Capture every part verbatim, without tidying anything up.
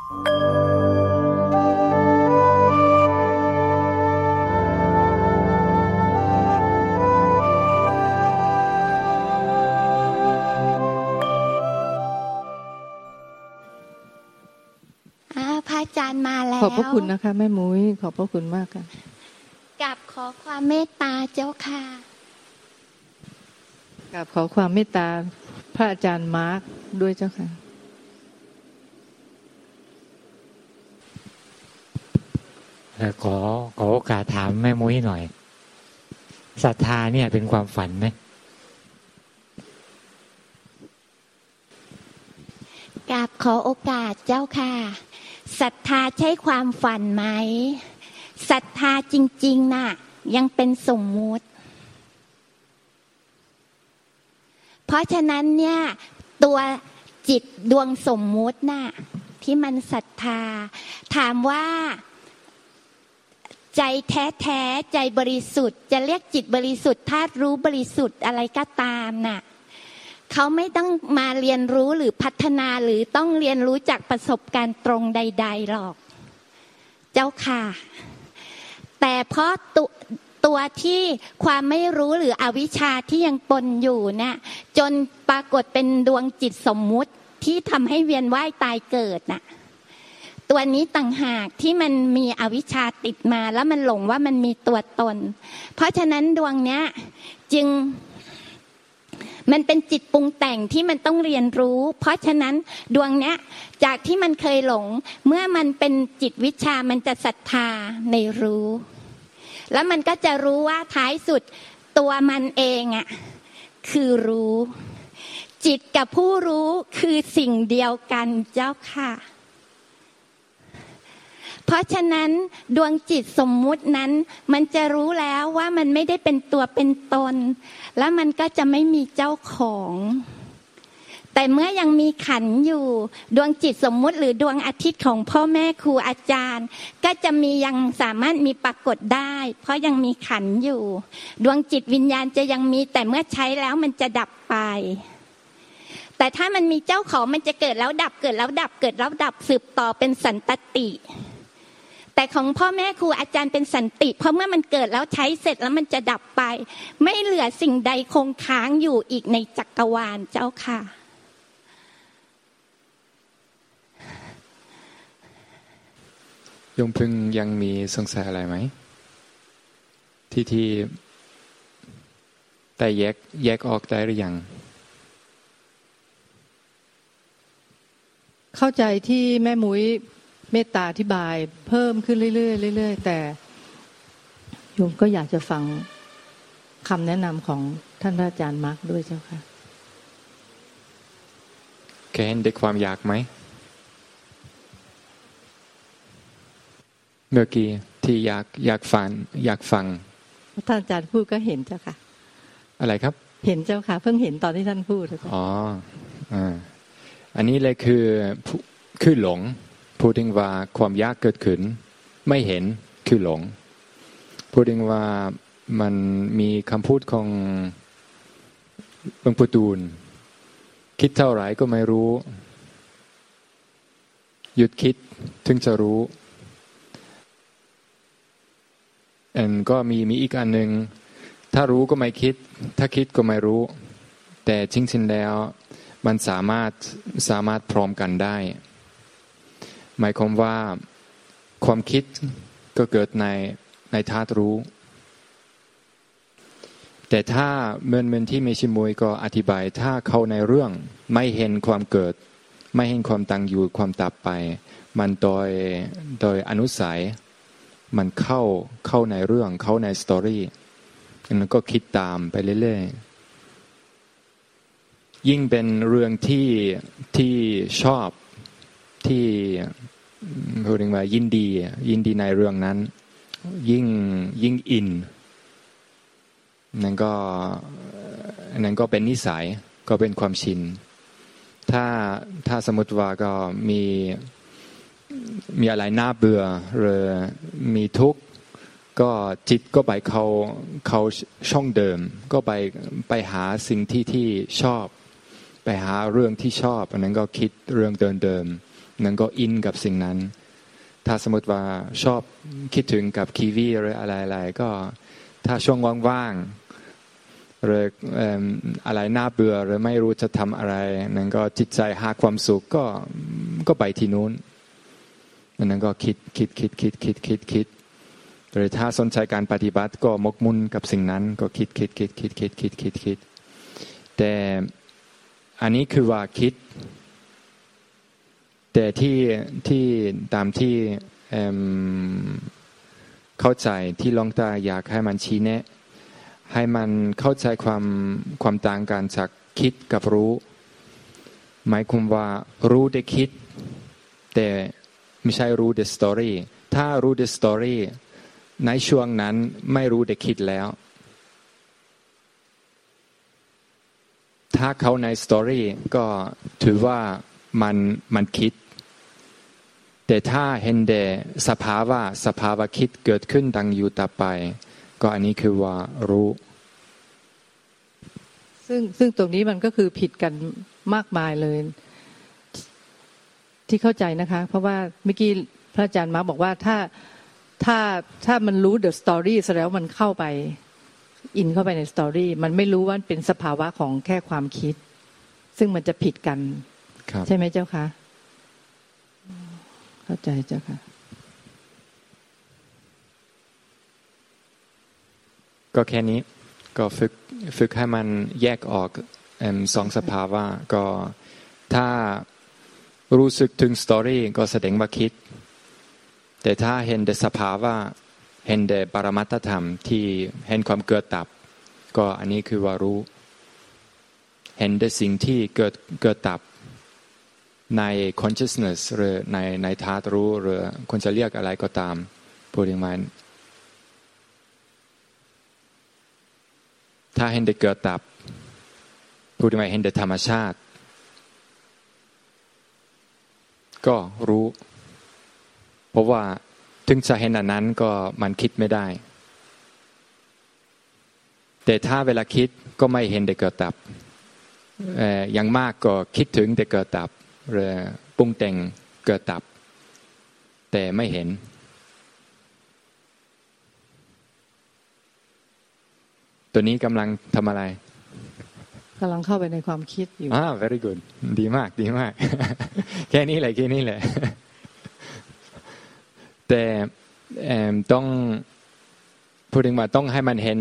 พระอาจารย์มาแล้วขอบพระคุณนะคะแม่มุ้ยขอบพระคุณมากค่ะกราบขอความเมตตาเจ้าค่ะกราบขอความเมตตาพระอาจารย์มาร์คด้วยเจ้าค่ะขอขอโอกาสถามแม่มุ้ยหน่อยศรัทธาเนี่ยเป็นความฝันไหมกราบขอโอกาสเจ้าค่ะศรัทธาใช่ความฝันไหมศรัทธาจริงๆน่ะยังเป็นสมมุติเพราะฉะนั้นเนี่ยตัวจิตดวงสมมุติน่ะที่มันศรัทธาถามว่าใจแท้ๆใจบริสุทธิ์จะเรียกจิตบริสุทธิ์ธาตุรู้บริสุทธิ์อะไรก็ตามน่ะเขาไม่ต้องมาเรียนรู้หรือพัฒนาหรือต้องเรียนรู้จากประสบการณ์ตรงใดๆหรอกเจ้าค่ะแต่เพราะตัวตัวที่ความไม่รู้หรืออวิชชาที่ยังปนอยู่เนี่ยจนปรากฏเป็นดวงจิตสมมุติที่ทำให้เวียนว่ายตายเกิดน่ะตัวนี้ต่างหากที่มันมีอวิชชาติดมาแล้วมันหลงว่ามันมีตัวตนเพราะฉะนั้นดวงเนี้ยจึงมันเป็นจิตปรุงแต่งที่มันต้องเรียนรู้เพราะฉะนั้นดวงเนี้ยจากที่มันเคยหลงเมื่อมันเป็นจิตวิชามันจะศรัทธาในรู้แล้วมันก็จะรู้ว่าท้ายสุดตัวมันเองอ่ะคือรู้จิตกับผู้รู้คือสิ่งเดียวกันเจ้าค่ะเพราะฉะนั้นดวงจิตสมมุตินั้นมันจะรู้แล้วว่ามันไม่ได้เป็นตัวเป็นตนแล้วมันก็จะไม่มีเจ้าของแต่เมื่อยังมีขันธ์อยู่ดวงจิตสมมุติหรือดวงอาทิตย์ของพ่อแม่ครูอาจารย์ก็จะมียังสามารถมีปรากฏได้เพราะยังมีขันธ์อยู่ดวงจิตวิญญาณจะยังมีแต่เมื่อใช้แล้วมันจะดับไปแต่ถ้ามันมีเจ้าของมันจะเกิดแล้วดับเกิดแล้วดับเกิดแล้วดับสืบต่อเป็นสันตติแต่ของพ่อแม่ครูอาจารย์เป็นสันติเพราะเมื่อมันเกิดแล้วใช้เสร็จแล้วมันจะดับไปไม่เหลือสิ่งใดคงค้างอยู่อีกในจักรวาลเจ้าค่ะโยมพึงยังมีสงสัยอะไรไหมที่ที่แต่แยกแยกออกได้หรือยังเข้าใจที่แม่มุ้ยเมตตาอธิบายเพิ่มขึ้นเรื่อยๆเรื่อยๆแต่โยมก็อยากจะฟังคำแนะนำของท่านพระอาจารย์มาร์คด้วยเจ้าค่ะแกเห็นด้วยความอยากไหมเมื่อกี้ที่อยากอยากฟังอยากฟังท่านอาจารย์พูดก็เห็นเจ้าค่ะอะไรครับเห็นเจ้าค่ะเพิ่งเห็นตอนที่ท่านพูดอ๋ออ่าอันนี้เลยคือคือหลงพูดถึงว่าความอยากเกิดขึ้นไม่เห็นคือหลงพูดถึงว่ามันมีคำพูดของหลวงปู่ดูลคิดเท่าไหร่ก็ไม่รู้หยุดคิดถึงจะรู้อันก็มีมีอีกอันหนึ่งถ้ารู้ก็ไม่คิดถ้าคิดก็ไม่รู้แต่จริงๆแล้วมันสามารถสามารถพร้อมกันได้หมายความว่าความคิดก็เกิดในในธาตุรู้แต่ถ้าเหมือนเหมือนที่เมชิมวยก็อธิบายถ้าเข้าในเรื่องไม่เห็นความเกิดไม่เห็นความตั้งอยู่ความดับไปมันโดยโดยอนุสัยมันเข้าเข้าในเรื่องเข้าในสตอรี่มันก็คิดตามไปเรื่อยๆยิ่งเป็นเรื่องที่ที่ชอบที่พูดถึงว่ายินดียินดีในเรื่องนั้นยิ่งยิ่งอินนั่นก็นั่นก็เป็นนิสัยก็เป็นความชินถ้าถ้าสมมติว่าก็มีมีอะไรน่าเบื่อหรือมีทุกข์ก็จิตก็ไปเข้าเข้าช่องเดิมก็ไปไปหาสิ่งที่ที่ชอบไปหาเรื่องที่ชอบอันนั้นก็คิดเรื่องเดิมๆนั้นก็อินกับสิ่งนั้นถ้าสมมติว่าชอบคิดถึงกับคีวีหรืออะไรๆก็ถ้าช่วงว่างๆหรืออะไรน่าเบื่อหรือไม่รู้จะทำอะไรนั้นก็จิตใจหาความสุขก็ก็ไปที่นู้นนั้นก็คิดคิดคิดคิดคิดคิดคิดหรือถ้าสนใจการปฏิบัติก็มกมุ่นกับสิ่งนั้นก็คิดคิดคิดคิดคิดคิดคิดคิดแต่อันนี้คือว่าคิดแต่ที่ที่ตามที่เอ่อเข้าใจที่หลวงตาอยากให้มันชี้แนะให้มันเข้าใจความความต่างกันจากคิดกับรู้หมายความว่ารู้ได้คิดแต่ไม่ใช่รู้ the story ถ้ารู้ the story ในช่วงนั้นไม่รู้ได้คิดแล้วถ้าเขาใน story ก็ถือว่ามันมันคิดแต่ถ้าเห็นแต่สภาวะสภาวะคิดเกิดขึ้นตั้งอยู่ต่อไปก็อันนี้คือว่ารู้ซึ่งซึ่งตรงนี้มันก็คือผิดกันมากมายเลยที่เข้าใจนะคะเพราะว่าเมื่อกี้พระอาจารย์มาบอกว่าถ้าถ้าถ้ามันรู้ the story แสดงว่ามันเข้าไปอินเข้าไปในสตอรี่มันไม่รู้ว่าเป็นสภาวะของแค่ความคิดซึ่งมันจะผิดกันใช่ไหมเจ้าคะเข้าใจเจ้าค่ะก็แค่นี้ก็ฝึกฝึกให้มันแยกออกสองสภาวะก็ถ้ารู้สึกถึงสตอรี่ก็แสดงว่าคิดแต่ถ้าเห็นแต่สภาวะเห็นแต่ปรมัตถธรรมที่เห็นความเกิดดับก็อันนี้คือว่ารู้เห็นแต่สิ่งที่เกิดเกิดดับใน consciousness หรือในในธาตุรู้หรือคนจะเรียกอะไรก็ตามพูดอย่างนั้นถ้าเห็นแต่เกิดดับพูดอย่างไรเห็นแต่ธรรมชาติก็รู้เพราะว่าถึงจะเห็นอันนั้นก็มันคิดไม่ได้แต่ถ้าเวลาคิดก็ไม่เห็นแต่เกิดดับเอ่ออย่างมากก็คิดถึงแต่เกิดดับหรือปรุงแต่งเกิดดับแต่ไม่เห็นตัวนี้กำลังทำอะไรกำลังเข้าไปในความคิดอยู่อ่า very good ดีมากดีมาก แค่นี้แหละแค่นี้แหละแต่ต้องพูดถึงว่าต้องให้มันเห็น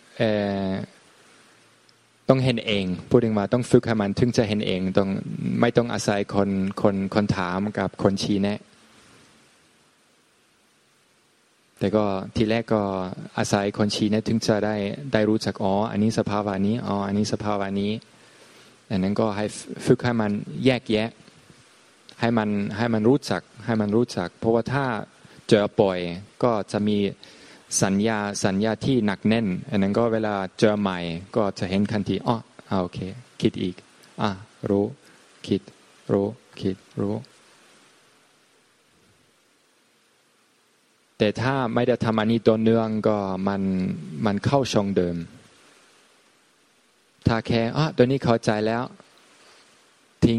ต้องเห็นเองพูดถึงว่าต้องฝึกให้มันถึงจะเห็นเองต้องไม่ต้องอาศัยคนคนคนถามกับคนชี้แนะแต่ก็ทีแรกก็อาศัยคนชี้แนะถึงจะได้ได้รู้จักอ๋ออันนี้สภาวะนี้อ๋ออันนี้สภาวะนี้ดังนั้นก็ให้ฝึกให้มันแยกแยะให้มันให้มันรู้จักให้มันรู้จักเพราะว่าถ้าเจอป่อยก็จะมีสัญญาสัญญาที่หนักแน่นอันนั้นก็เวลาเจอใหม่ก็จะเห็นทันทีอ๋อโอเคคิดอีกอ่ะรู้คิดรู้คิดรู้แต่ถ้าไม่ได้ทำอันนี้ตัวเนื่องก็มันมันเข้าช่องเดิมถ้าแค่อ๋อตัวนี้เข้าใจแล้วทิ้ง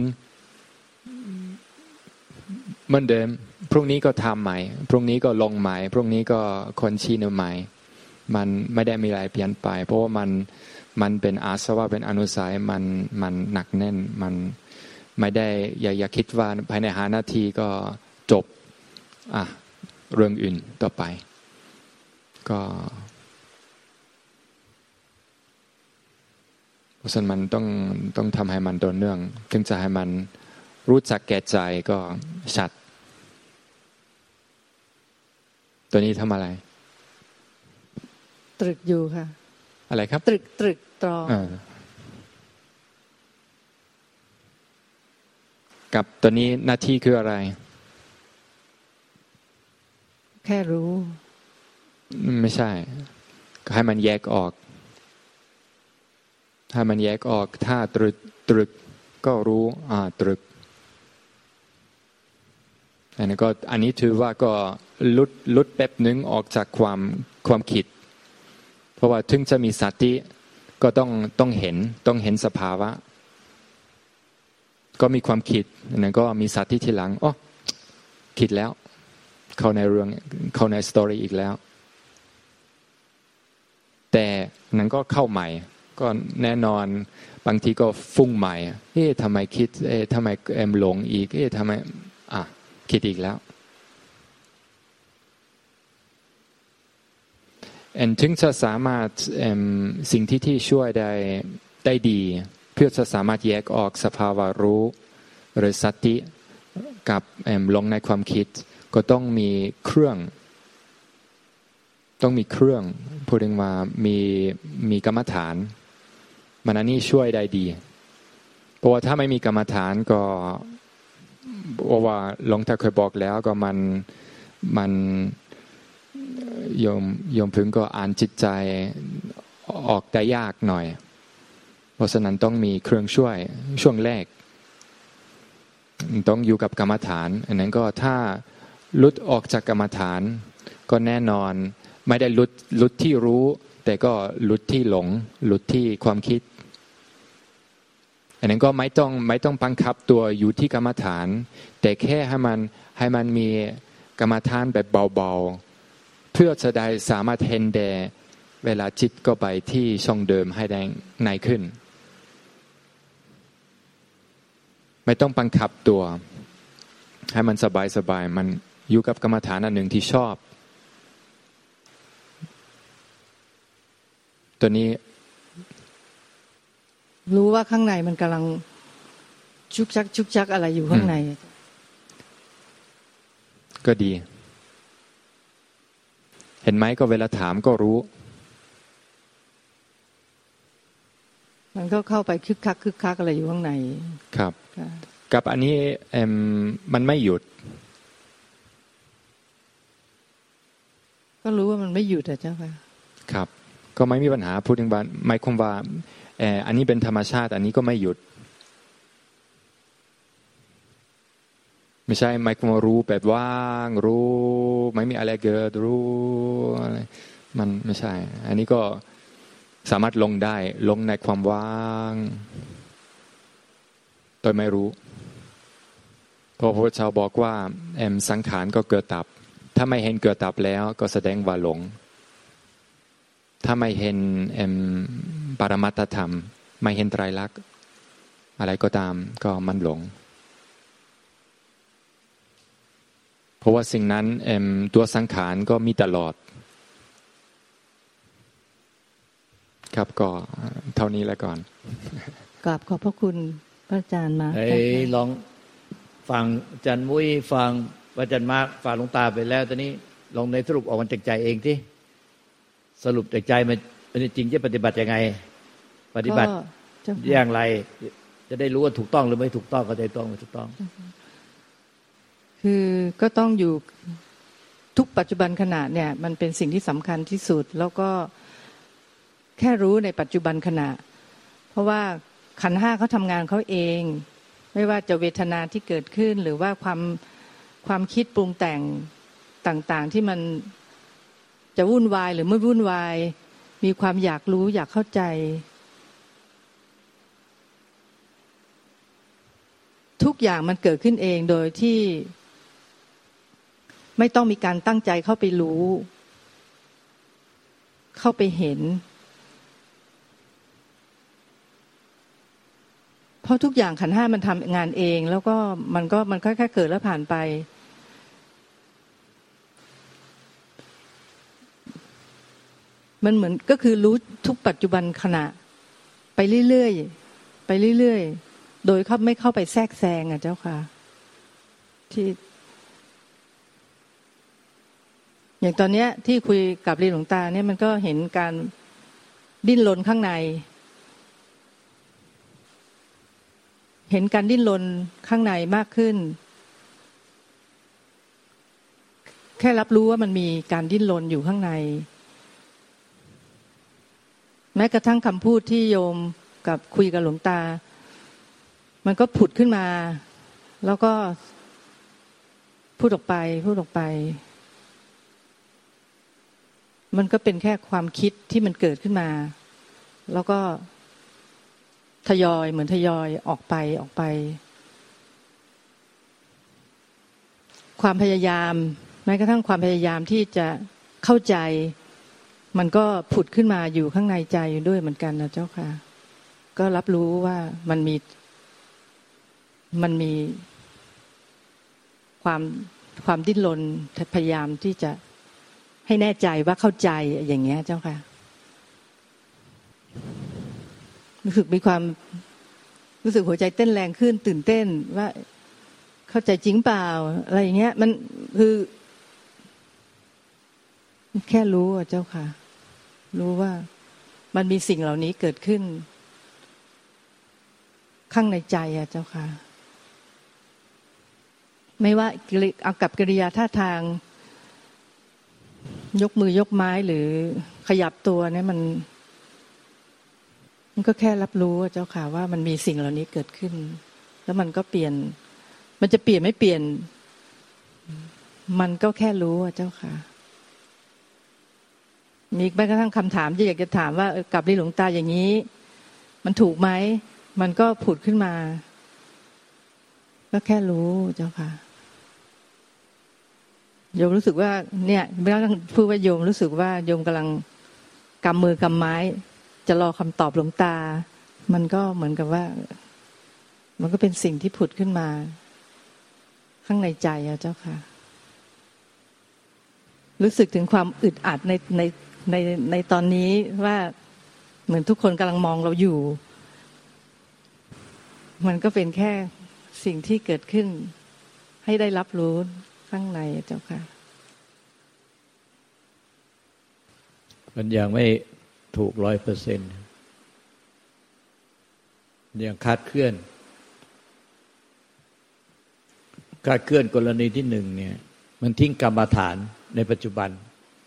เหมือนเดิมพรุ่งนี้ก็ทำใหม่พรุ่งนี้ก็ลงใหม่พรุ่งนี้ก็คนชี้นำใหม่มันไม่ได้มีอะไรเปลี่ยนไปเพราะว่ามันมันเป็นอาสวะเป็นอนุสัยมันมันหนักแน่นมันไม่ได้อย่าอย่าคิดว่าภายในห้านาทีก็จบอ่ะเรื่องอื่นต่อไปก็เพราะฉะนั้นมันต้องต้องทำให้มันต่อเนื่องถึงจะให้มันรู้จักแก่ใจก็ชัดตัวนี้ทำอะไรตรึกอยู่ค่ะอะไรครับตรึกตรึกตรองกับตัวนี้หน้าที่คืออะไรแค่รู้ไม่ใช่ให้มันแยกออกถ้ามันแยกออกถ้าตรึกตรึกก็รู้อ่าตรึกอันนี้ก็อันนี้ถือว่าก็ลุดลุดแป๊บนึงออกจากความความคิดเพราะว่าถึงจะมีสติก็ต้องต้องเห็นต้องเห็นสภาวะก็มีความคิดอันนั้นก็มีสติทีหลังอ๋อคิดแล้วเข้าในเรื่องเข้าในสตอรี่อีกแล้วแต่นั้นก็เข้าใหม่ก็แน่นอนบางทีก็ฟุ้งใหม่เอ๊ะทำไมคิดเอ๊ะทำไมแอมหลงอีกเอ๊ะทำไมอ่ะคิดอีกแล้วแอนถึงจะสามารถสิ่งที่ที่ช่วยได้ได้ดีเพื่อจะสามารถแยกออกสภาวะรู้หรือสติกับหลงในความคิดก็ต้องมีเครื่องต้องมีเครื่องพูดถึงว่ามีมีกรรมฐานมันอันนี้ช่วยได้ดีเพราะว่าถ้าไม่มีกรรมฐานก็เพราะว่าหลวงตาเคยบอกแล้วก็มันมันโยมโยมพึงก็อ่านจิตใจออกได้ยากหน่อยเพราะฉะนั้นต้องมีเครื่องช่วยช่วงแรกต้องอยู่กับกรรมฐานอันนั้นก็ถ้าหลุดออกจากกรรมฐานก็แน่นอนไม่ได้หลุดหลุดที่รู้แต่ก็หลุดที่หลงหลุดที่ความคิดอันนั้นก็ไม่ต้องไม่ต้องบังคับตัวอยู่ที่กรรมฐานแต่แค่ให้มันให้มันมีกรรมฐานแบบเบาๆเพื่อจะได้สามารถเห็นแดเวลาจิตก็ไปที่ช่องเดิมให้ได้ง่ายขึ้นไม่ต้องบังคับตัวให้มันสบายๆมันอยู่กับกรรมฐานอันหนึ่งที่ชอบตัวนี้รู้ว่าข้างในมันกำลังชุกชักชุกชักอะไรอยู่ข้างในก็ดีเห็นไหมก็เวลาถามก็รู้มันก็เข้าไปคึกคักคึกคักอะไรอยู่ข้างในครับกับอันนี้เอ็มมันไม่หยุดก็รู้ว่ามันไม่หยุดอะเจ้าค่ะครับก็ไม่มีปัญหาพูดถึงว่าหมายความว่าเอออันนี้เป็นธรรมชาติอันนี้ก็ไม่หยุดไม่ใช่หมายความว่ารู้แบบว่างรู้ไม่มีอะไรเกิดรู้อะไรมันไม่ใช่อันนี้ก็สามารถลงได้ลงในความว่างโดยไม่รู้เพราะพระพุทธเจ้าบอกว่าแอมสังขารก็เกิดดับถ้าไม่เห็นเกิดดับแล้วก็แสดงว่าหลงถ้าไม่เห็นแอมปรมัตถธรรมไม่เห็นไตรลักษณ์อะไรก็ตามก็มันหลงเพราะว่าสิ่งนั้นแอมตัวสังขารก็มีตลอดครับก็เท่านี้แล้วก่อนกราบขอบพระคุณพระอาจารย์มาเฮ้ยลองฟังอาจารย์มุ้ยฟังอาจารย์มาร์คฟังหลวงตาไปแล้วตอนนี้ลองในสรุปออกมาจากใจเองที่สรุปจากใจมันเป็นจริงจะปฏิบัติยังไงปฏิบัติอย่างไรจะได้รู้ว่าถูกต้องหรือไม่ถูกต้องก็จะต้องไม่ถูกต้องคือก็ต้องอยู่ทุกปัจจุบันขณะเนี่ยมันเป็นสิ่งที่สำคัญที่สุดแล้วก็แค่รู้ในปัจจุบันขณะเพราะว่าขันธ์ห้าเขาทำงานเขาเองไม่ว่าจะเวทนาที่เกิดขึ้นหรือว่าความความคิดปรุงแต่งต่างๆที่มันจะวุ่นวายหรือไม่วุ่นวายมีความอยากรู้อยากเข้าใจทุกอย่างมันเกิดขึ้นเองโดยที่ไม่ต้องมีการตั้งใจเข้าไปรู้เข้าไปเห็นเพราะทุกอย่างขันธ์ห้ามันทำงานเองแล้วก็มันก็มันค่อยๆเกิดแล้วผ่านไปมันเหมือนก็คือรู้ทุกปัจจุบันขณะไปเรื่อยๆไปเรื่อยๆโดยเขาไม่เข้าไปแทรกแซงอ่ะเจ้าค่ะที่อย่างตอนเนี้ยที่คุยกับเรียนหลวงตาเนี่ยมันก็เห็นการดิ้นรนข้างในเห็นการดิ้นรนข้างในมากขึ้นแค่รับรู้ว่ามันมีการดิ้นรนอยู่ข้างในแม้กระทั่งคำพูดที่โยมกับคุยกับหลวงตามันก็ผุดขึ้นมาแล้วก็พูดออกไปพูดออกไปมันก็เป็นแค่ความคิดที่มันเกิดขึ้นมาแล้วก็ทยอยเหมือนทยอยออกไปออกไปความพยายามแม้กระทั่งความพยายามที่จะเข้าใจมันก็ผุดขึ้นมาอยู่ข้างในใจอยู่ด้วยเหมือนกันนะเจ้าค่ะก็รับรู้ว่ามันมีมันมีความความดิ้นรนพยายามที่จะให้แน่ใจว่าเข้าใจอย่างเงี้ยเจ้าค่ะรู้สึกมีความรู้สึกหัวใจเต้นแรงขึ้นตื่นเต้นว่าเข้าใจจริงเปล่าอะไรอย่างเงี้ยมันคือแค่รู้อ่ะเจ้าค่ะรู้ว่ามันมีสิ่งเหล่านี้เกิดขึ้นข้างในใจอ่ะเจ้าค่ะไม่ว่าเอากับกิริยาท่าทางยกมือยกไม้หรือขยับตัวเนี่ยมันมันก็แค่รับรู้อ่ะเจ้าค่ะว่ามันมีสิ่งเหล่านี้เกิดขึ้นแล้วมันก็เปลี่ยนมันจะเปลี่ยนไม่เปลี่ยนมันก็แค่รู้อ่ะเจ้าค่ะมีแม้กระทั่งคำถามที่อยากจะถามว่ากับหลวงตาอย่างนี้มันถูกไหมมันก็ผุดขึ้นมาก็แค่รู้เจ้าค่ะโยมรู้สึกว่าเนี่ยไม่ต้องพูดว่าโยมรู้สึกว่าโยมกำลังกำมือกำไม้จะรอคำตอบหลวงตามันก็เหมือนกับว่ามันก็เป็นสิ่งที่ผุดขึ้นมาข้างในใจอะเจ้าค่ะรู้สึกถึงความอึดอัดในในในในตอนนี้ว่าเหมือนทุกคนกำลังมองเราอยู่มันก็เป็นแค่สิ่งที่เกิดขึ้นให้ได้รับรู้ข้างในเจ้าค่ะมันยังไม่ถูกร้อยเปอร์เซ็นต์ยังคาดเคลื่อนคาดเคลื่อนกรณีที่หนึ่งเนี่ยมันทิ้งกรรมฐานในปัจจุบัน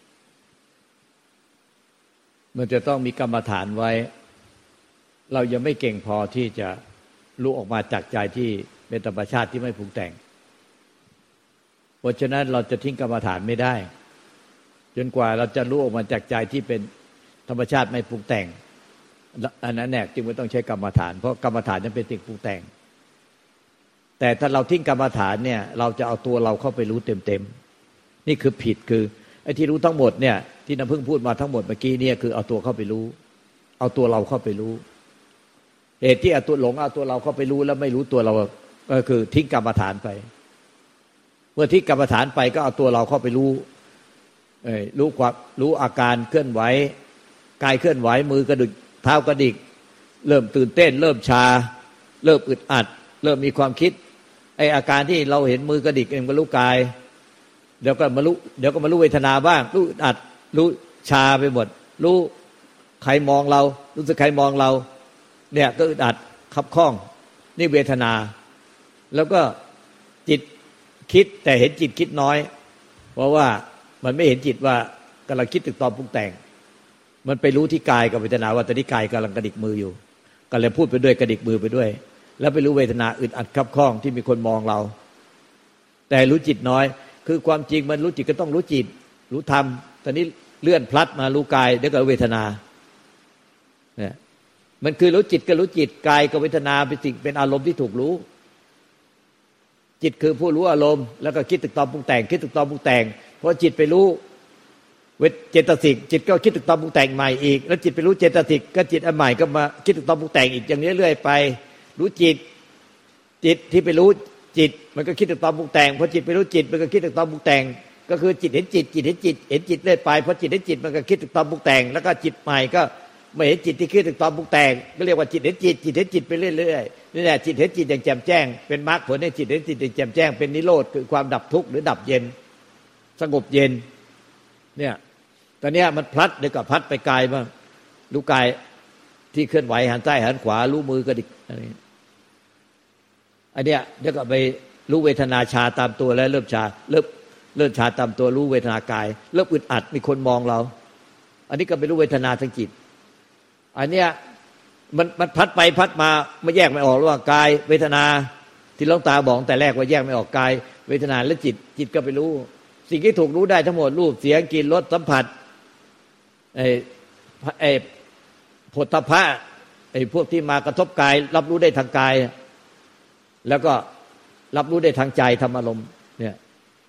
มันจะต้องมีกรรมฐานไว้เรายังไม่เก่งพอที่จะรู้ออกมาจากใจที่เป็นธรรมชาติที่ไม่ปรุงแต่งเพราะฉะนั้นเราจะทิ้งกรรมฐานไม่ได้จนกว่าเราจะรู้ออกมาจากใจที่เป็นธรรมชาติไม่ปรุงแต่งอันนั้นแน่จึงไม่ต้องใช้กรรมฐานเพราะกรรมฐานนั้นเป็นสิ่งปรุงแต่งแต่ถ้าเราทิ้งกรรมฐานเนี่ยเราจะเอาตัวเราเข้าไปรู้เต็มๆนี่คือผิดคือไอ้ที่รู้ทั้งหมดเนี่ยที่น้ำพึ่งพูดมาทั้งหมดเมื่อกี้เนี่ยคือเอาตัวเข้าไปรู้เอาตัวเราเข้าไปรู้เหตุที่เอาตัวหลงเอาตัวเราเข้าไปรู้แล้วไม่รู้ตัวเราก็คือทิ้งกรรมฐานไปเมื่อทิ้งกรรมฐานไปก็เอาตัวเราเข้าไปรู้เอ้ยรู้ความรู้อาการเคลื่อนไหวกายเคลื่อนไหวมือกระดิกเท้ากระดิกเริ่มตื่นเต้นเริ่มชาเริ่มอึดอัดเริ่มมีความคิดไอ้อาการที่เราเห็นมือกระดิกเองก็รู้กายเดี๋ยวก็มารู้เดี๋ยวก็มารู้เวทนาบ้างรู้อึดอัดรู้ชาไปหมดรู้ใครมองเรารู้สึกใครมองเราเนี่ยก็อึดอัดคับข้องนี่เวทนาแล้วก็จิตคิดแต่เห็นจิตคิดน้อยเพราะว่ามันไม่เห็นจิตว่ากำลังคิดตึกตอมปรุงแต่งมันไปรู้ที่กายกับเวทนาว่าตอนนี้กายกำลังกระดิกมืออยู่ก็เลยพูดไปด้วยกระดิกมือไปด้วยแล้วไปรู้เวทนาอึดอัดคับข้องที่มีคนมองเราแต่รู้จิตน้อยคือความจริงมันรู้จิตก็ต้องรู้จิตรู้ธรรมตอนนี้เลื่อนพลัดมารู้กายเดี๋ยวก็เวทนาเนี่ยมันคือรู้จิตก็รู้จิตกายกับเวทนาเป็นสิ่งเป็นอารมณ์ที่ถูกรู้จิตคือผู้รู้อารมณ์แล้วก็คิดตึกตอมปรุงแต่งคิดตึกตอมปรุงแต่งเพราะจิตไปรู้เวทเจตสิกจิตก็คิดตึกตอมปรุงแต่งใหม่อีกแล้วจิตไปรู้เจตสิกก็จิตอันใหม่ก็มาคิดตึกตอมปรุงแต่งอีกอย่างนี้เรื่อยไปรู้จิตจิตที่ไปรู้จิตมันก็คิดตึกตอมปรุงแต่งพอจิตไปรู้จิตมันก็คิดตึกตอมปรุงแต่งก็คือจิตเห็นจิตจิตเห็นจิตเห็นจิตเรื่อยไปพอจิตเห็นจิตมันก็คิดตึกตอมปรุงแต่งแล้วก็จิตใหม่ก็ไม่เห็นจิตที่คิดตึกตอมปรุงแต่งก็เรียกว่าจิตเห็นจิตจิตเห็นจิตไปเรื่อยๆนี่แหละจิตเห็นจิตอย่างแจ่มแจ้งเป็นมรรคผลในจิตเห็นจิตอย่างแจ่มแจ้งเป็นนิโรธคือความดับทุกข์หรือดับเย็นสงบเย็นเนี่ยตอนนี้มันพลัดเดี๋ยวก็พลัดไปกายบ้างรู้กายที่เคลื่อนไหวหันซ้ายหันขวารู้มือกระดิกอะไรอันเนี้ยเดี๋ยวก็ไปรู้เวทนาชาตามตัวแล้วเริ่มชาเริ่มเริ่มชาตามตัวรู้เวทนากายเริ่มอึดอัดมีคนมองเราอันนี้ก็ไปรู้เวทนาทางจิตอันเนี้ยมันมันพัดไปพัดมาไม่แยกไม่ออกระหว่างกายเวทนาที่หลวงตาบอกแต่แรกว่าแยกไม่ออกกายเวทนาและจิตจิตก็ไปรู้สิ่งที่ถูกรู้ได้ทั้งหมดรูปเสียงกลิ่นรสสัมผัสไอ้ไอ้โผฏฐัพพะไอ้พวกที่มากระทบกายรับรู้ได้ทางกายแล้วก็รับรู้ได้ทางใจธรรมอารมณ์เนี่ย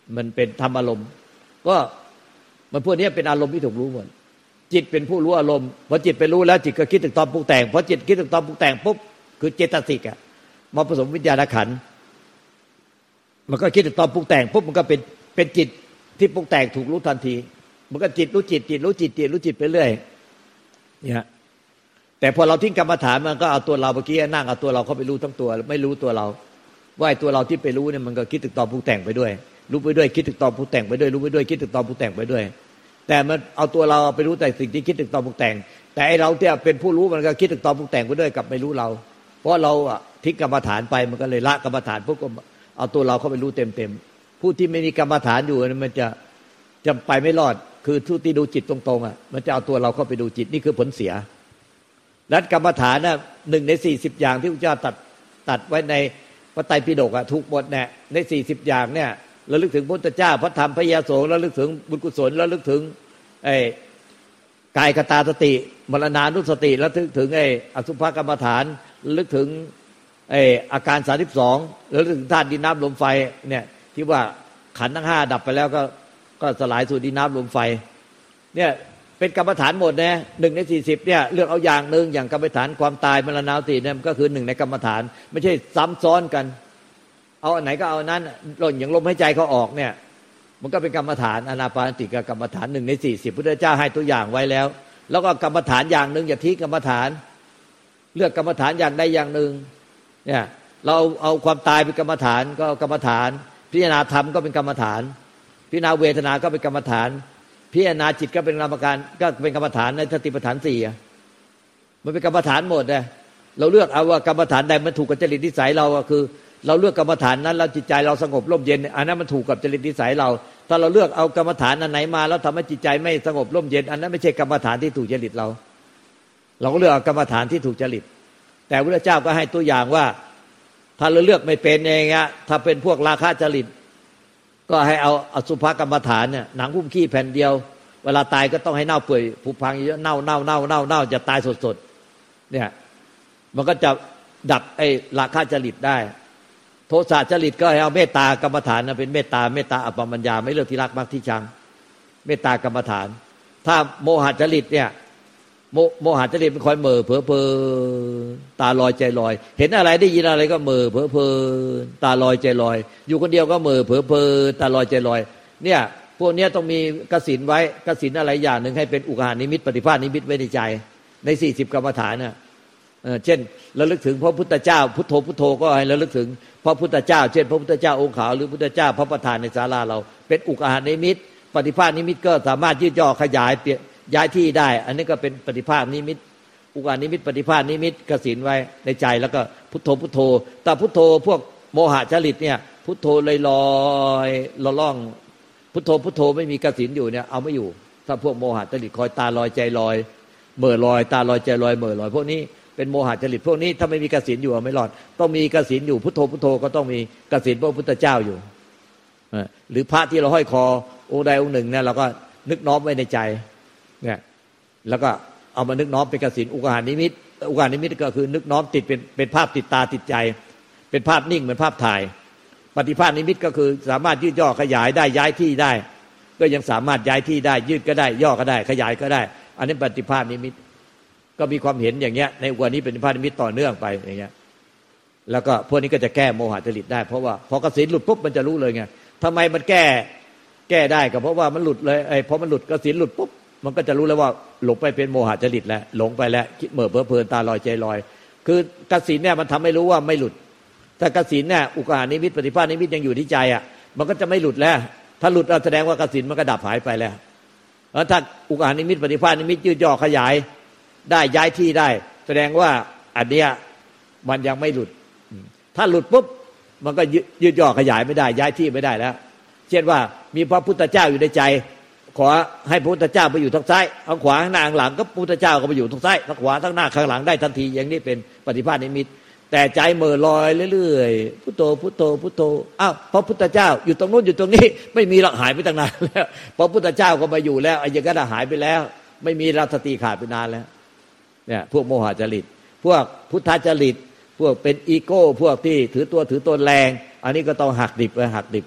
มันเป็นธรรมอารมณ์ก็มันพวกนี้เป็นอารมณ์ที่ถูกรู้หมดจิตเป็นผู้รู้อารมณ์พอจิตไปรู้แล้วจิตก็คิดถึงตอนปรุงแต่งพอจิตคิดถึงตอนปรุงแต่งปุ๊บคือเจตสิกอ่ะมาผสมวิญญาณขันธ์มันก็คิดถึงตอนปรุงแต่งปุ๊บมันก็เป็นเป็นจิตที่ปรุงแต่งถูกรู้ทันทีมันก็จิตรู้จิตจิตรู้จิตจิตรู้จิตไปเรื่อยเนี่ยแต่พอเราทิ้งกรรมฐานมันก็เอาตัวเราเมื่อกี้นั่งเอาตัวเราเข้าไปรู้ทั้งตัวไม่รู้ตัวเราว่าไอ้ตัวเราที่ไปรู้เนี่ยมันก็คิดถึงตอนปรุงแต่งไปด้วยรู้ไปด้วยคิดถึงตอนปรุงแต่งไปด้วยรู้ไปด้วยคิดถึงตอนปรุงแต่งไปด้วยแต่มันเอาตัวเราไปรู้แต่สิ่งที่คิดถึงตอนปรุงแต่งแต่ไอ้เราที่เป็นผู้รู้มันก็คิดถึงตอนปรุงแต่งไปด้วยกับไม่รู้เราเพราะเราทิ้งกรรมฐานไปมันก็เลยละกรรมฐานพวกก็เอาตัวเราเข้าไปรู้เต็มๆผู้ที่ไม่มีกรรมฐานอยู่มันจะจะไปไม่รอดคือทุติดูจิตตรงๆอ่ะมันจะเอาตัวเราเข้าไปดูจิตนี่คือผลเสียและกรรมฐานน่ะหนึ่งในสี่สิบอย่างที่พระเจ้าตัดตัดไว้ในพระไตรปิฎกอ่ะถูกหมดเนี่ยในสี่สิบอย่างเนี่ยระลึกถึงพระพุทธเจ้าพระธรรมพระยาโสระลึกถึงบุญกุศลระลึกถึงไอ้กายกตาสติมรณานุสติระลึกถึงไอ้อสุภกรรมฐานระลึกถึงไอ้อาการสามสิบสองระลึกถึงธาตุดินน้ำลมไฟเนี่ยที่ว่าขันธ์ทั้งห้าดับไปแล้วก็ก็สลายสู่ดินน้ำลมไฟเนี่ยเป็นกรรมฐานหมดนะหนึ่งในสี่สิบเนี่ยเลือกเอาอย่างหนึ่งอย่างกรรมฐานความตายมรณานุสติเนี่ยก็คือหนึ่งในกรรมฐานไม่ใช่ซ้ำซ้อนกันเอาอันไหนก็เอาอันนั้นหล่นอย่างลมหายใจเขาออกเนี่ยมันก็เป็นกรรมฐานอานาปานสติกับกรรมฐานหนึ่งในสี่สิบพุทธเจ้าให้ตัวอย่างไว้แล้วแล้วก็กรรมฐานอย่างหนึ่งอย่าทิ้งกรรมฐานเลือกกรรมฐานอย่างใดอย่างหนึ่งเนี่ยเราเอาความตายเป็นกรรมฐานก็กรรมฐานพิจารณาธรรมก็เป็นกรรมฐานพิจารณาเวทนาก็เป็นกรรมฐานพิจารณาจิตก็เป็นกรรมการก็เป็นกรรมฐานในสติปัฏฐานสี่มันเป็นกรรมฐานหมดเลยเราเลือกเอาว่ากรรมฐานใดมันถูกกับจริตนิสัยเราก็คือเราเลือกกรรมฐานนั้นแล้วจิตใจเราสงบร่มเย็นอันนั้นมันถูกกับจริตนิสัยเราถ้าเราเลือกเอากรรมฐานอันไหนมาแล้วทำให้จิตใจไม่สงบร่มเย็นอันนั้นไม่ใช่กรรมฐานที่ถูกจริตเราเราก็เลือกเอากรรมฐานที่ถูกจริตแต่พระเจ้าก็ให้ตัวอย่างว่าถ้าเราเลือกไม่เป็นอย่างเงี้ยถ้าเป็นพวกราคะจริตก็ให้เอาอสุภกรรมฐานเนี่ยหนังหุ้มขี้แผ่นเดียวเวลาตายก็ต้องให้เน่าเปื่อยผุพังเยอะเน่าเน่าเน่าเน่าเน่าจะตายสดๆเนี่ยมันก็จะดับไอ้ราคะจริตได้โทสะจริตก็ให้เอาเมตตากรรมฐานเป็นเมตตาเมตตาอัปปมัญญาไม่เลือกที่รักมักที่ชังเมตตากรรมฐานถ้าโมหะจริตเนี่ยโมโมหะจริตเป็นคอยเหม่อเพ้อเพอตาลอยใจลอยเห็นอะไรได้ยินอะไรก็เหม่อเพ้อเพอตาลอยใจลอยอยู่คนเดียวก็เหม่อเพ้อเพอตาลอยใจลอยเนี่ยพวกนี้ต้องมีกสินไว้กสินอะไรอย่างหนึ่งให้เป็นอุกานิมิตปฏิภาณนิมิตไว้ในใจในสี่สิบกรรมฐานน่ะเช่นระลึกถึงพระพุทธเจ้าพุทโธพุทโธก็ให้ระลึกถึงพระพุทธเจ้าเช่นพระพุทธเจ้าองค์ขาวหรือพุทธเจ้าพระประธานในศาลาเราเป็นอุกานิมิตปฏิภาณนิมิตก็สามารถยืดย่อขยายย้ายที่ได้อันนี้ก็เป็นปฏิภาณนิมิตอุกานิมิตปฏิภาณนิมิตกสินไว้ในใจแล้วก็พุทโธพุทโธแต่พุทโธพวกโมหะจริตเนี่ยพุทโธลอยลอยล่องพุทโธพุทโธไม่มีกสินอยู่เนี่ยเอาไม่อยู่ถ้าพวกโมหะจริตคอยตาลอยใจลอยเมื่อลอยตาลอยใจลอยเมื่อลอยพวกนี้เป็นโมหะจริตพวกนี้ถ้าไม่มีกสินอยู่ไม่รอดต้องมีกสินอยู่พุทโธพุทโธก็ต้องมีกสินพระพุทธเจ้าอยู่หรือพระที่เราห้อยคอองค์ใดองค์หนึ่งเนี่ยเราก็นึกน้อมไว้ในใจเนี่ยแล้วก็เอามานึกน้อมเป็นกสินอุกานิมิตอุกานิมิตก็คือนึกน้อมติดเป็นเป็นภาพติดตาติดใจเป็นภาพนิ่งเหมือนภาพถ่ายปฏิภาณนิมิตก็คือสามารถยืดย่อขยายได้ย้ายที่ได้ก็ยังสามารถย้ายที่ได้ยืดก็ได้ย่อก็ได้ขยายก็ได้อันนี้ปฏิภาณนิมิตก็มีความเห็นอย่างเงี้ยในอุกานิมิตเป็นปฏิภาณนิมิตต่อเนื่องไปอย่างเงี้ยแล้วก็พวกนี้ก็จะแก้โมหะจริตได้เพราะว่าพอกสินหลุดปุ๊บมันจะรู้เลยไงทำไมมันแก้แก้ได้ก็เพราะว่ามันหลุดเลยไอ้พอมันหลุดกสินหลุดปุ๊บมันก็จะรู้แล้วว่าหลงไปเป็นโมหะจริตแล้วหลงไปแล้วคิดเมื่อเพ้อเพลินตาลอยใจลอยคือกสินเนี่ยมันทำให้รู้ว่าไม่หลุดแต่กสินเนี่ยอุกานิมิตปฏิภาณนิมิตยังอยู่ที่ใจอ่ะมันก็จะไม่หลุดแล้วถ้าหลุดแสดงว่ากสินมันก็ดับหายไปแล้วแล้วถ้าอุกานิมิตปฏิภาณนิมิตยืดย่อขยายได้ย้ายที่ได้แสดงว่าอันเนี้ยมันยังไม่หลุดถ้าหลุดปุ๊บมันก็ยืดย่อขยายไม่ได้ย้ายที่ไม่ได้แล้วเช่นว่ามีพระพุทธเจ้าอยู่ในใจขอให้พระพุทธเจ้าไปอยู่ทางซ้ายทางขวาข้างหน้าข้างหลังก็พระพุทธเจ้าก็ไปอยู่ทางซ้ายทางขวาทางหน้าข้างหลังได้ทันทีอย่างนี้เป็นปฏิภาณนิมิตแต่ใจเหม่อลอยเรื่อยๆพุทโธพุทโธพุทโธอ้าวพระพุทธเจ้าอยู่ตรงนู้นอยู่ตรงนี้ไม่มีหลักหายไปตั้งนานแล้วพระพุทธเจ้าก็มาอยู่แล้วไอ้ยังก็หายไปแล้วไม่มีเราสติขาดไปนานแล้วเนี่ยพวกโมหะจริตพวกพุทธจริตพวกเป็นอีโก้พวกที่ถือตัวถือตนแรงอันนี้ก็ต้องหักดิบไปหักดิบ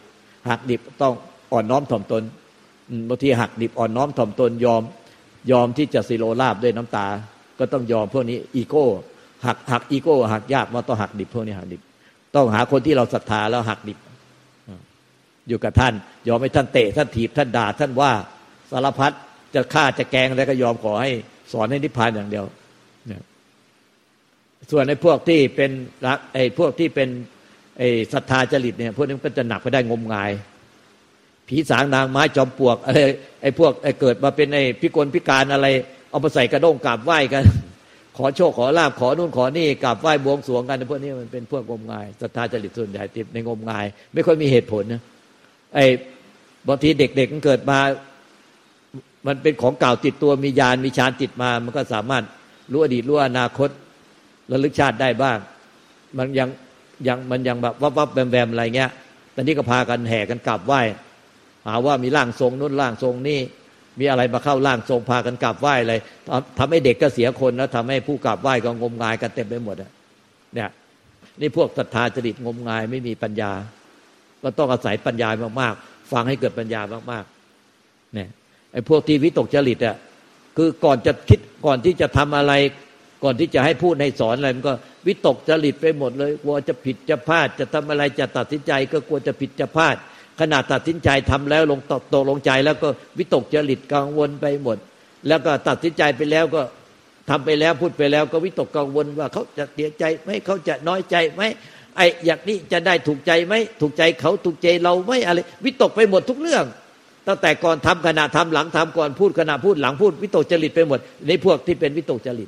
หักดิบต้องอ่อนน้อมถ่อมตนบางทีหักดิบอ่อนน้อมถ่อมตนยอมยอมที่จะสิโรราบด้วยน้ำตาก็ต้องยอมพวกนี้อีโก้หักหักอีโก้หักยากมาต้องหักดิบพวกนี้หักดิบต้องหาคนที่เราศรัทธาแล้วหักดิบอยู่กับท่านยอมให้ท่านเตะท่านถีบท่านด่าท่านว่าสารพัดจะฆ่าจะแกงอะไรก็ยอมขอให้สอนให้นิพพานอย่างเดียวส่วนไอ้พวกที่เป็นรักไอ้พวกที่เป็นไอ้ศรัทธาจริตเนี่ยพวกนี้ก็จะหนักไปได้งมงายผีสางนางไม้จอมปลวกอะไรไอ้พวกไอ้เกิดมาเป็นไอ้พิกลพิการอะไรเอามาใส่กระด้งกราบไหว้กันขอโชคขอลาภขอนู่นขอนี่กราบไหว้บวงสรวงกันพวกนี้มันเป็นพวกงมงายศรัทธาจริตส่วนใหญ่ติดในงมงายไม่ค่อยมีเหตุผลนะไอ้บางทีเด็กๆมันเกิดมามันเป็นของเก่าติดตัวมีญาณมีฌานติดมามันก็สามารถรู้อดีตรู้อนาคตระลึกชาติได้บ้างมันยังยังมันยังแบบวับวับแวมแวมอะไรเงี้ยตอนนี้ก็พากันแห่กันกราบไหว้หาว่ามีร่างทรงนู้นร่างทรงนี่มีอะไรมาเข้าร่างทรงพากันกราบไหว้อะไรทำให้เด็กก็เสียคนแล้วทำให้ผู้กราบไหว้ก็งมงายกันเต็มไปหมดอ่ะเนี่ยนี่พวกศรัทธาจริตงมงายไม่มีปัญญาก็ต้องอาศัยปัญญามากๆฟังให้เกิดปัญญามากๆเนี่ยไอ้พวกที่วิตกจริตอ่ะคือก่อนจะคิดก่อนที่จะทำอะไรก่อนที่จะให้พูดให้สอนอะไรมันก็วิตกจริตไปหมดเลยกลัวจะผิดจะพลาดจะทำอะไรจะตัดสินใจก็กลัวจะผิดจะพลาดขนาดตัดสินใจทำแล้วลงตกตกลงใจแล้วก็วิตกจริตกังวลไปหมดแล้วก็ตัดสินใจไปแล้วก็ทำไปแล้วพูดไปแล้วก็วิตกกังวลว่าเขาจะเสียใจไหมเขาจะน้อยใจไหมไอ้อย่างนี้จะได้ถูกใจไหมถูกใจเขาถูกใจเราไหมอะไรวิตกไปหมดทุกเรื่องตั้งแต่ก่อนทำขณะทำหลังทำก่อนพูดขณะพูดหลังพูดวิตกจริตไปหมดในพวกที่เป็นวิตกจริต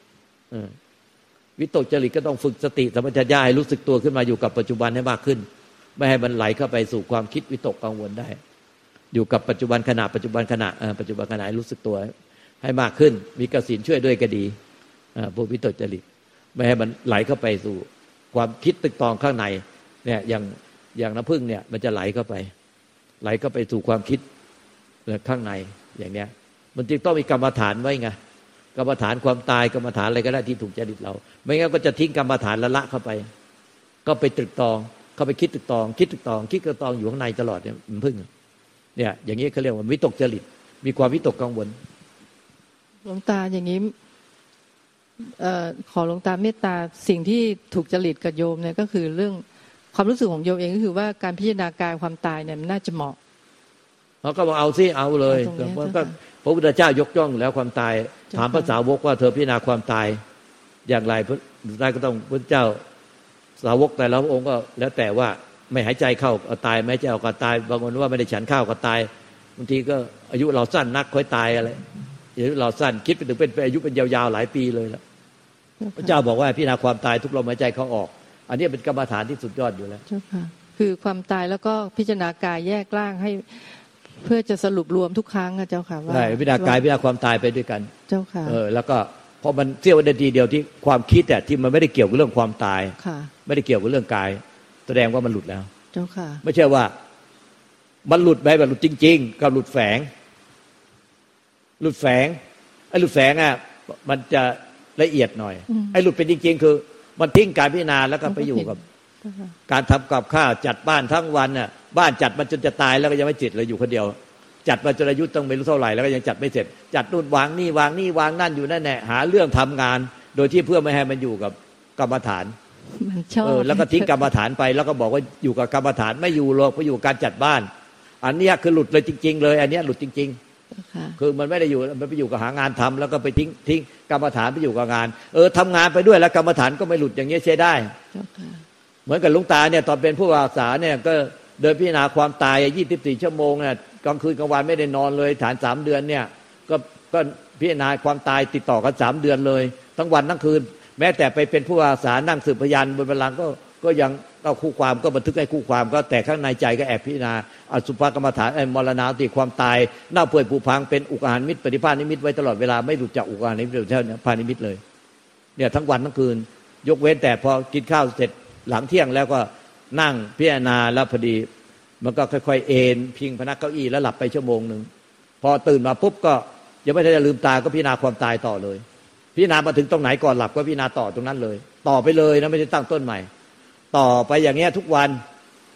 วิตกจริตก็ต้องฝึกสติสัมปชัญญะให้รู้สึกตัวขึ้นมาอยู่กับปัจจุบันให้มากขึ้นไม่ให้มันไหลเข้าไปสู่ความคิดวิตกกังวลได้อยู่กับปัจจุบันขณะปัจจุบันขณะปัจจุบันขณะรู้สึกตัวให้มากขึ้นมีกสิณช่วยด้วยก็ดีพวกวิตกจริตไม่ให้มันไหลเข้าไปสู่ความคิดตึกตองข้างในเนี่ยอย่างอย่างน้ำผึ้งเนี่ยมันจะไหลเข้าไปไหลเข้าไปสู่ความคิดข้างในอย่างเนี้ยมันจึงต้องมีกรรมฐานไว้ไงกรรมฐานความตายกรรมฐานอะไรก็ได้ที่ถูกจริตเราไม่งั้นก็จะทิ้งกรรมฐานละละเข้าไปก็ไปตรึกตองเข้าไปคิดตึกตองคิดตึกตองคิดตึกตองอยู่ข้างในตลอดเนี่ยมันพึ่งเนี่ยอย่างนี้เขาเรียกว่าวิตกจริตมีความวิตกกังวลหลวงตาอย่างนี้เอ่อขอหลวงตาเมตตาสิ่งที่ถูกจริตกับโยมเนี่ยก็คือเรื่องความรู้สึกของโยมเองก็คือว่าการพิจารณากายความตายเนี่ยมันน่าจะเหมาะเขาก็มาเอาซิเอาเลยก็พระพุทธเจ้ายกย่องแล้วความตายถามพระสาวกว่าเธอพิจารณาความตายอย่างไรพระได้ก็ต้องพระเจ้าสาวกแต่ละองค์ก็แล้วแต่ว่าไม่หายใจเข้าก็ตายไม่หายใจออกก็ตายบางคนว่าไม่ได้ฉันข้าวก็ตายบางทีก็อายุเราสั้นนักค่อยตายอะไรอายุเราสั้นคิดไปถึงเป็นอายุเป็นยาวๆหลายปีเลยแล้วพระเจ้าบอกว่าพิจารณาความตายทุกลมหายใจเข้าออกอันนี้เป็นกรรมฐานที่สุดยอดอยู่แล้วเจ้าค่ะคือความตายแล้วก็พิจารณากายแยกร่างให้เพื่อจะสรุปรวมทุกครั้งอะเจ้าค่ะว่าใช่พิจารณากายพิจารณาความตายไปด้วยกันเจ้าค่ะเออแล้วก็พอมันเสี้ยวนาทีเดียวที่ความคิดแต่ที่มันไม่ได้เกี่ยวกับเรื่องความตายไม่ได้เกี่ยวกับเรื่องกายแสดงว่ามันหลุดแล้วเจ้าค่ะไม่ใช่ว่ามันหลุดไปแบบหลุดจริงๆกับหลุดแฝงหลุดแฝงไอ้หลุดแฝงอ่ะมันจะละเอียดหน่อยไอ้หลุดเป็นจริงๆคือมันทิ้งการพิจารณาแล้วก็ไปอยู่กับการทำกับข้าวจัดบ้านทั้งวันน่ะบ้านจัดมันจนจะตายแล้วก็ยังไม่จิตเลยอยู่คนเดียวจัดมาจนอายุต้องไม่รู้เท่าไหร่แล้วก็ยังจัดไม่เสร็จจัดนู่นวางนี่วางนี่วางนั่นอยู่นั่นแหละหาเรื่องทำงานโดยที่เพื่อไม่ให้มันอยู่กับกรรมฐานมันชอบเออแล้วก็ทิ้งกรรมฐานไปแล้วก็บอกว่าอยู่กับกรรมฐานไม่อยู่หรอกไปอยู่การจัดบ้านอันนี้คือหลุดเลยจริงๆเลยอันนี้หลุดจริงๆคือมันไม่ได้อยู่มันไปอยู่กับหางานทำแล้วก็ไปทิ้งทิ้งกรรมฐานไปอยู่กับงานเออทำงานไปด้วยแล้วกรรมฐานก็ไม่หลุดอย่างนี้ใช้ได้เหมือนกับหลวงตาเนี่ยตอนเป็นผู้อาสาเนี่ยก็เดินพิจารณาความตายยี่สิบสี่ชั่วโมงเนี่ยกลางคืนกลางวันไม่ได้นอนเลยฐานสามเดือนเนี่ยก็ก็พิจารณาความตายติดต่อกันสามเดือนเลยทั้งวันทั้งคืนแม้แต่ไปเป็นผู้อาสานั่งสืบพยานบนบัลลังก์ก็ก็ยังเอาคู่ความก็บันทึกให้คู่ความก็แต่ข้างในใจก็แอบพิจารณาอสุภกรรมฐานไอ้มรณาติความตายหน้าเปื่อยผุพังเป็นอุกอาหารมิตรปฏิภาณนิมิตไว้ตลอดเวลาไม่หลุดจากอุกอาหารนิมิตเท่านี้พานิมิตเลยเนี่ยทั้งวันทั้งคืนยกเว้นแต่พอกินข้าวเสร็จหลังเที่ยงแล้วก็นั่งพิจารณาแล้วพอดีมันก็ค่อยๆเอนพิงพนักเก้าอี้แล้วหลับไปชั่วโมงนึงพอตื่นมาปุ๊บก็ยังไม่ได้ลืมตาก็พิจารณาความตายต่อเลยพิจารณามาถึงตรงไหนก่อนหลับก็พิจารณาต่อตรงนั้นเลยต่อไปเลยนะไม่ได้ตั้งต้นใหม่ต่อไปอย่างเงี้ยทุกวัน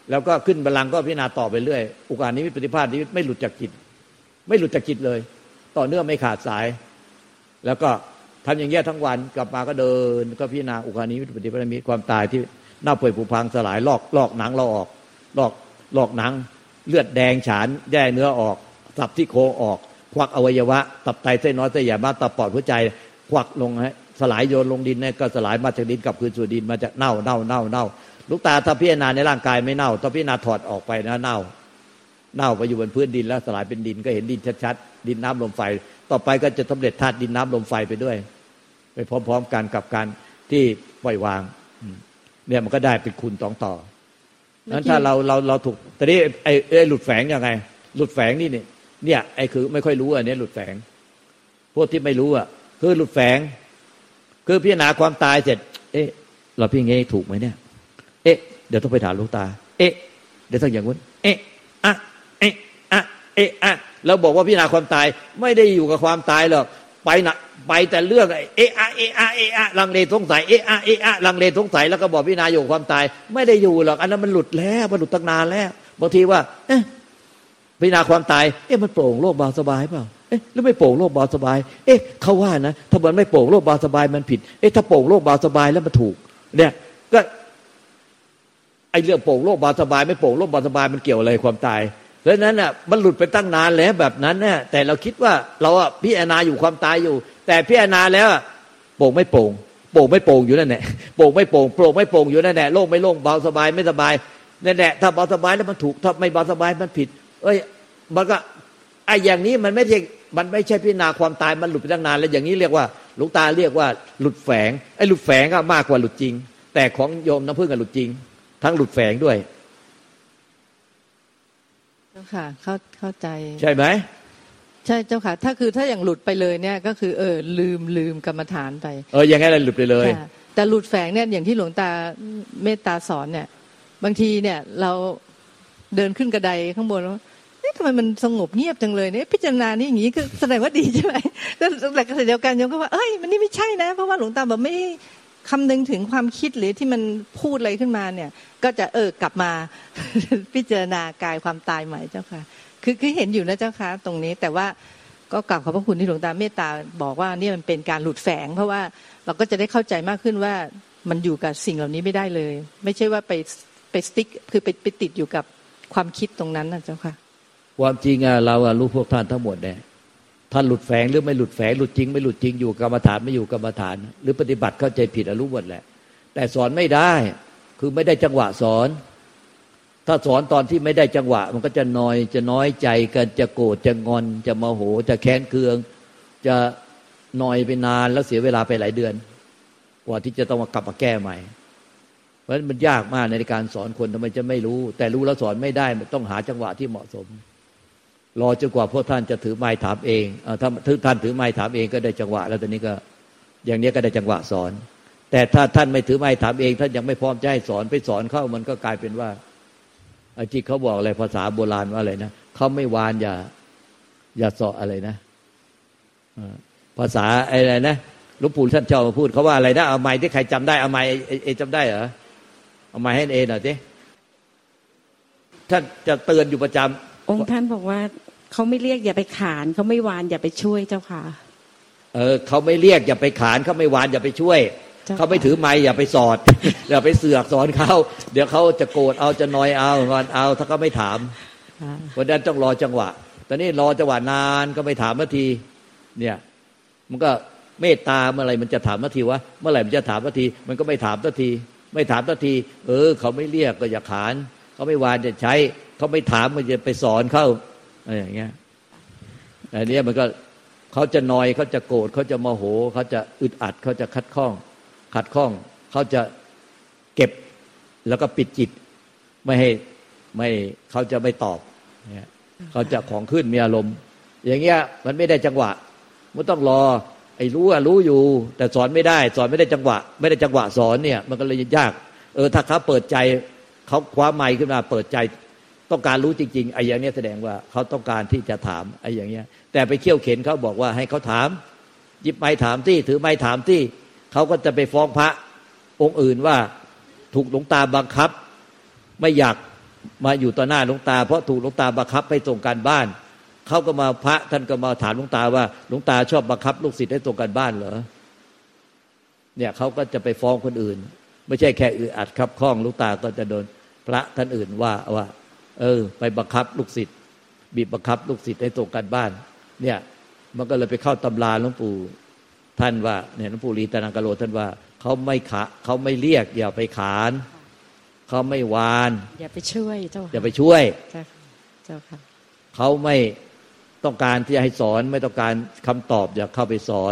แล้วก็ขึ้นบัลลังก์ก็พิจารณาต่อไปเรื่อยอุกานิมิตปฏิภาณนี้ไม่หลุดจากจิตไม่หลุดจากจิตเลยต่อเนื่องไม่ขาดสายแล้วก็ทำอย่างเงี้ยทั้งวันกลับมาก็เดินก็พิจารณาอุกานิมิตปฏิภาณมีความตายที่เน่าเปื่อยผุพังสลายลอกลอกหนังเราออกลอกลอกหนังเลือดแดงฉานแย่เนื้อออกสับที่โครงออกควักอวัยวะตับไตเส้นน้อยเส้นใหญ่มาตับปอดหัวใจควักลงให้สลายโยนลงดินเนี่ยก็สลายมาจากดินกลับคืนสู่ดินมาจากเน่าเน่าเน่าเน่าลูกตาถ้าพิจารณาในร่างกายไม่เน่าถ้าพิจารณาถอดออกไปนะเน่าเน่าไปอยู่บนพื้นดินแล้วสลายเป็นดินก็เห็นดินชัดๆดินน้ำลมไฟต่อไปก็จะสำเร็จธาตุดินน้ำลมไฟไปด้วยไปพร้อมๆกันกับการที่ปล่อยวางเนี่ยมันก็ได้เป็นคุณสองต่อนั้นถ้าเราเราเราถูกแต่นี่ไอ้ไอ้หลุดแฝงยังไงหลุดแฝงนี่เนี่ยเนี่ยไอ้คือไม่ค่อยรู้อันนี้หลุดแฝงพวกที่ไม่รู้อ่ะคือหลุดแฝงคือพิจารณาความตายเสร็จเอ๊ะเราพี่เงี้ยถูกไหมเนี่ยเอ๊ะเดี๋ยวต้องไปถามหลวงตาเอ๊ะเดี๋ยวต้องอย่างนู้นเอ๊ะอะเอ๊ะอะเอ๊ะอะเราบอกว่าพิจารณาความตายไม่ได้อยู่กับความตายหรอกไปนะไปแต่เรื่องเอ๊ะอะเอ๊ะอะเอ๊ะอะลังเลสงสัยเอ๊ะอะเอ๊ะอะลังเลสงสัยแล้วก็บอกพิจารณาอยู่ความตายไม่ได้อยู่หรอกอันนั้นมันหลุดแล้วมันหลุดตั้งนานแล้วบางทีว่าเอ๊ะพิจารณาความตายเอ๊ะมันโปร่งโล่งเบาสบายเปล่าเอ๊ะแล้วไม่โปร่งโล่งเบาสบายเอ๊ะเขาว่านะถ้ามันไม่โปร่งโล่งเบาสบายมันผิดเอ๊ะถ้าโปร่งโล่งเบาสบายแล้วมันถูกเนี่ยก็ไอ้เรื่องโปร่งโล่งเบาสบายไม่โปร่งโล่งเบาสบายมันเกี่ยวอะไรความตายเพราะฉะนั้นน่ะมันหลุดไปตั้งนานแล้วแบบนั้นเนี่ยแต่เราคิดว่าเราอ่ะพิจารณาอยู่ความตายอยู่แต่พิจารณาแล้วโปร่งไม่โปร่งโปร่งไม่โปร่งอยู่นั่นแหละโปร่งไม่โปร่งโปร่งไม่โปร่งอยู่นั่นแหละโล่งไม่โล่งเบาสบายไม่สบายนั่นแหละถ้าเบาสบายแล้วมันถูกถ้าไม่เบาสบายมันผิดเอ้ยมันก็ไอ้อย่างนี้มันไม่ใช่มันไม่ใช่พิจารณาความตายมันหลุดไปตั้งนานแล้วอย่างนี้เรียกว่าหลวงตาเรียกว่าหลุดแฝงไอ้หลุดแฝงก็มากกว่าหลุดจริงแต่ของโยมน้ำพึ่งกับหลุดจริงทั้งหลุดแฝงด้วยเจ้าค่ะเข้าเข้าใจใช่ไหมใช่เจ้าค่ะถ้าคือถ้าอย่างหลุดไปเลยเนี่ยก็คือเออลืมลืมกรรมฐานไปเอออย่างงั้นเลยหลุดไปเลยแต่หลุดแฝงเนี่ยอย่างที่หลวงตาเมตตาสอนเนี่ยบางทีเนี่ยเราเดินขึ้นกระไดข้างบนแล้วนี่ทำไมมันสงบเงียบจังเลยเนี่ยพิจารณานี่อย่างนี้คือแสดงว่าดีใช่ไหมแล้วแต่ขณะเดียวกันโยมก็ว่าเอ้ยมันนี่ไม่ใช่นะเพราะว่าหลวงตาแบบไม่คำนึงถึงความคิดหรือที่มันพูดอะไรขึ้นมาเนี่ยก็จะเออกลับมาพิจารณากายความตายใหม่เจ้าค่ะคือคือเห็นอยู่นะเจ้าค่ะตรงนี้แต่ว่าก็กราบขอบพระคุณที่หลวงตาเมตตาบอกว่านี่มันเป็นการหลุดแฝงเพราะว่าเราก็จะได้เข้าใจมากขึ้นว่ามันอยู่กับสิ่งเหล่านี้ไม่ได้เลยไม่ใช่ว่าไปไปสติ๊กคือไปไปติดอยู่กับความคิดตรงนั้นนะเจ้าค่ะความจริงอะเราอะรู้พวกท่านทั้งหมดเนี่ยท่านหลุดแฝงหรือไม่หลุดแฝงหลุดจริงไม่หลุดจริงอยู่กรรมฐานไม่อยู่กรรมฐานหรือปฏิบัติเข้าใจผิดอะรู้หมดแหละแต่สอนไม่ได้คือไม่ได้จังหวะสอนถ้าสอนตอนที่ไม่ได้จังหวะมันก็จะนอยจะน้อยใจกันจะโกรธจะงอนจะโมโหจะแค้นเคืองจะนอยไปนานแล้วเสียเวลาไปหลายเดือนกว่าที่จะต้องมากลับมาแก้ใหม่เพราะฉะนั้นมันยากมากในการสอนคนทำไมจะไม่รู้แต่รู้แล้วสอนไม่ได้มันต้องหาจังหวะที่เหมาะสมรอจนกว่าพวกท่านจะถือไม้ถามเองเออถ้าท่านถือไม้ถามเองก็ได้จังหวะแล้วตอนนี้ก็อย่างนี้ก็ได้จังหวะสอนแต่ถ้าท่านไม่ถือไม้ถามเองท่านยังไม่พร้อมจะให้สอนไปสอนเข้ามันก็กลายเป็นว่าไอ้ที่เขาบอกอะไรภาษาโบราณว่าอะไรนะเขาไม่วานอย่าอย่าสออะไรนะภาษาอะไรนะหลวงปู่ท่านเจ้ามาพูดเขาว่าอะไรนะเอาไม้ที่ใครจำได้เอาไม้เอจำได้เหรอเอาไม้ให้เอหน่อยสิท่านจะเตือนอยู่ประจำองค์ท่านบอกว่าเขาไม่เรียกอย่าไปขานเขาไม่วานอย่าไปช่วยเจ้าค่ะเออเขาไม่เรียกอย่าไปขานเขาไม่วานอย่าไปช่วยเขาไม่ถือไม้อย่าไปสอดอย่าไปเสือกสอนเขาเดี๋ยวเขาจะโกรธเอาจะนอยเอางอนเอาถ้าเขาไม่ถามเพราะนั้นต้องรอจังหวะตอนนี้รอจังหวะนานก็ไม่ถามนาทีเนี่ยมันก็เมตตาเมื่อไหร่มันจะถามนาทีวะเมื่อไหร่มันจะถามนาทีมันก็ไม่ถามนาทีไม่ถามนาทีเออเขาไม่เรียกก็อย่าขานเขาไม่วานจะใช้เขาไม่ถามมันจะไปสอนเขาอะไรอย่างเงี้ยอันนี้มันก็เขาจะนอยเขาจะโกรธเขาจะโมโหเขาจะอึดอัดเขาจะคัดข้องขัดข้องเขาจะเก็บแล้วก็ปิดจิตไม่ให้ไม่เขาจะไม่ตอบเนี่ยเขาจะของขึ้นมีอารมณ์อย่างเงี้ยมันไม่ได้จังหวะมันต้องรอไอ้รู้อะรู้อยู่แต่สอนไม่ได้สอนไม่ได้จังหวะไม่ได้จังหวะสอนเนี่ยมันก็เลยยากเออถ้าเขาเปิดใจเขาคว้าไมค์ขึ้นมาเปิดใจต้องการรู้จริงๆไอ้อย่างเนี้ยแสดงว่าเขาต้องการที่จะถามไอ้อย่างเงี้ยแต่ไปเขี่ยวเข็นเขาบอกว่าให้เขาถามหยิบไมค์ถามที่ถือไมค์ถามที่เขาก็จะไปฟ้องพระองค์อื่นว่าถูกหลวงตาบังคับไม่อยากมาอยู่ต่อหน้าหลวงตาเพราะถูกหลวงตาบังคับให้ส่งการบ้านเขาก็มาพระท่านก็มาถามหลวงตาว่าหลวงตาชอบบังคับลูกศิษย์ให้ส่งการบ้านเหรอเนี่ยเขาก็จะไปฟ้องคนอื่นไม่ใช่แค่อึดอัดครับข้องหลวงตาก็จะโดนพระท่านอื่นว่าว่าเออไปบังคับลูกศิษย์บีบบังคับลูกศิษย์ให้ส่งการบ้านเนี่ยมันก็เลยไปเข้าตำราหลวงปู่ท่านว่าเนี่ยหลวงปู่ลีตานังกะโลท่านว่าเขาไม่ขาเขาไม่เรียกอย่าไปขานเขาไม่วานอย่าไปช่วยเจ้าอย่าไปช่วยเจ้าค่ะเขาไม่ต้องการที่จะให้สอนไม่ต้องการคำตอบอย่าเข้าไปสอน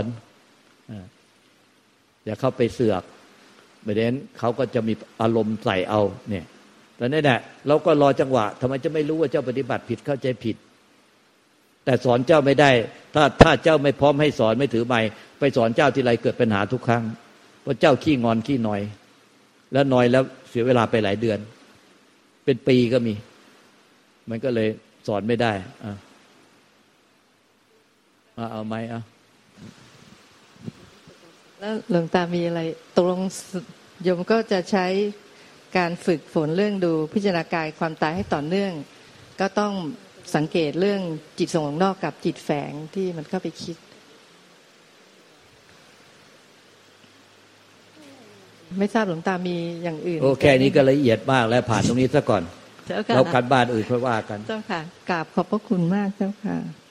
อย่าเข้าไปเสือกไม่เด่นเขาก็จะมีอารมณ์ใส่เอาเนี่ยตอนนี้แหละเราก็รอจังหวะทำไมจะไม่รู้ว่าเจ้าปฏิบัติผิดเข้าใจผิดแต่สอนเจ้าไม่ได้ถ้าถ้าเจ้าไม่พร้อมให้สอนไม่ถือไมค์ไปสอนเจ้าทีไรเกิดปัญหาทุกครั้งเพราะเจ้าขี้งอนขี้หน่อยแล้วหน่อยแล้วเสียเวลาไปหลายเดือนเป็นปีก็มีมันก็เลยสอนไม่ได้อ่ะเอาไหมอ่ะแล้วหลวงตามีอะไรตกลงโยมก็จะใช้การฝึกฝนเรื่องดูพิจารณากายความตายให้ต่อเนื่องก็ต้องสังเกตเรื่องจิตส่งออกนอกกับจิตแฝงที่มันเข้าไปคิดไม่ทราบหลวงตามีอย่างอื่นโอ้แค่นี้ก็ละเอียดมากแล้วผ่านตรงนี้ซะก่อนแล้วการบ้านอื่นค่อยว่ากันเจ้าค่ะกราบขอบพระคุณมากเจ้าค่ะ